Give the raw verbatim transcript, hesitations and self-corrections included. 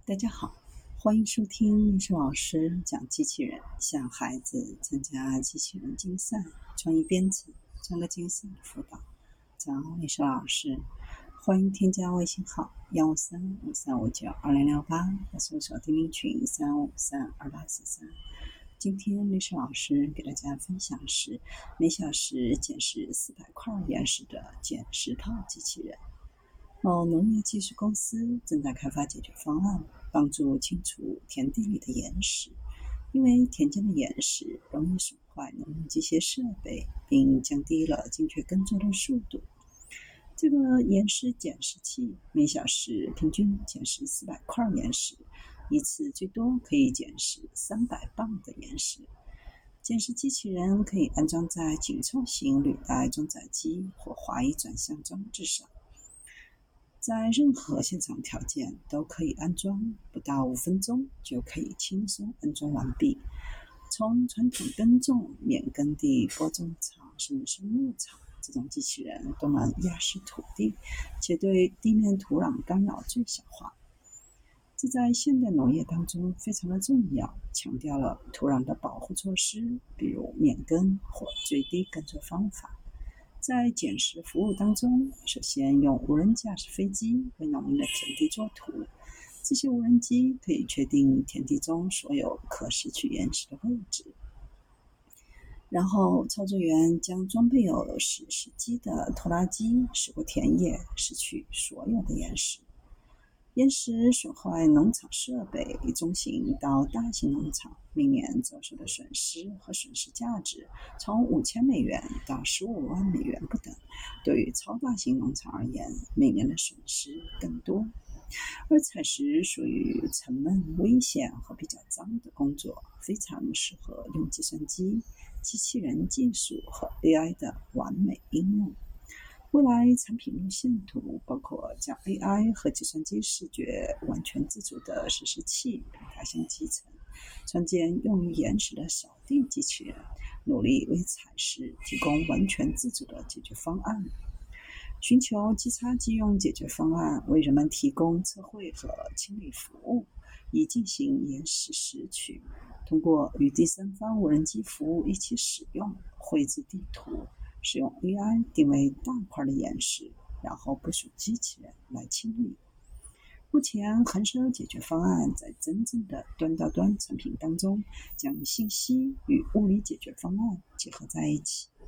大家好，欢迎收听历史老师讲机器人，向孩子参加机器人竞赛、创意编程、创客竞赛辅导。找历史老师，欢迎添加微信号幺五三五三五九二零六八和搜索钉钉群三五三二八四三。今天历史老师给大家分享是每小时捡拾四百块岩石的捡石头机器人。某农业技术公司正在开发解决方案，帮助清除田地里的岩石。因为田间的岩石容易损坏农用机械设备，并降低了精确耕作的速度。这个岩石捡拾器每小时平均捡拾四百块岩石，一次最多可以捡拾三百磅的岩石。捡拾机器人可以安装在紧凑型履带装载机或滑移转向装置上，在任何现场条件都可以安装，不到五分钟就可以轻松安装完毕。从传统耕种、免耕地、播种场甚至是牧场，这种机器人都能压实土地，且对地面土壤干扰最小化。这在现代农业当中非常的重要，强调了土壤的保护措施，比如免耕或最低耕作方法。在捡拾服务当中，首先用无人驾驶飞机为农民的田地作图，这些无人机可以确定田地中所有可拾取岩石的位置。然后操作员将装备有拾石机的拖拉机驶过田野，拾取所有的岩石。岩石损坏农场设备，中型到大型农场每年遭受的损失和损失价值从五千美元到十五万美元不等。对于超大型农场而言，每年的损失更多。而采石属于沉闷、危险和比较脏的工作，非常适合用计算机、机器人技术和 A I 的完美应用。未来产品路线图包括将 A I 和计算机视觉完全自主的实时器平台相集成，创建用于岩石的扫地机器人，努力为采石提供完全自主的解决方案。寻求即插即用解决方案，为人们提供测绘和清理服务，以进行岩石拾取。通过与第三方无人机服务一起使用，绘制地图，使用 A I 定位大块的岩石，然后部署机器人来清理。目前很少有解决方案在真正的端到端产品当中将信息与物理解决方案结合在一起。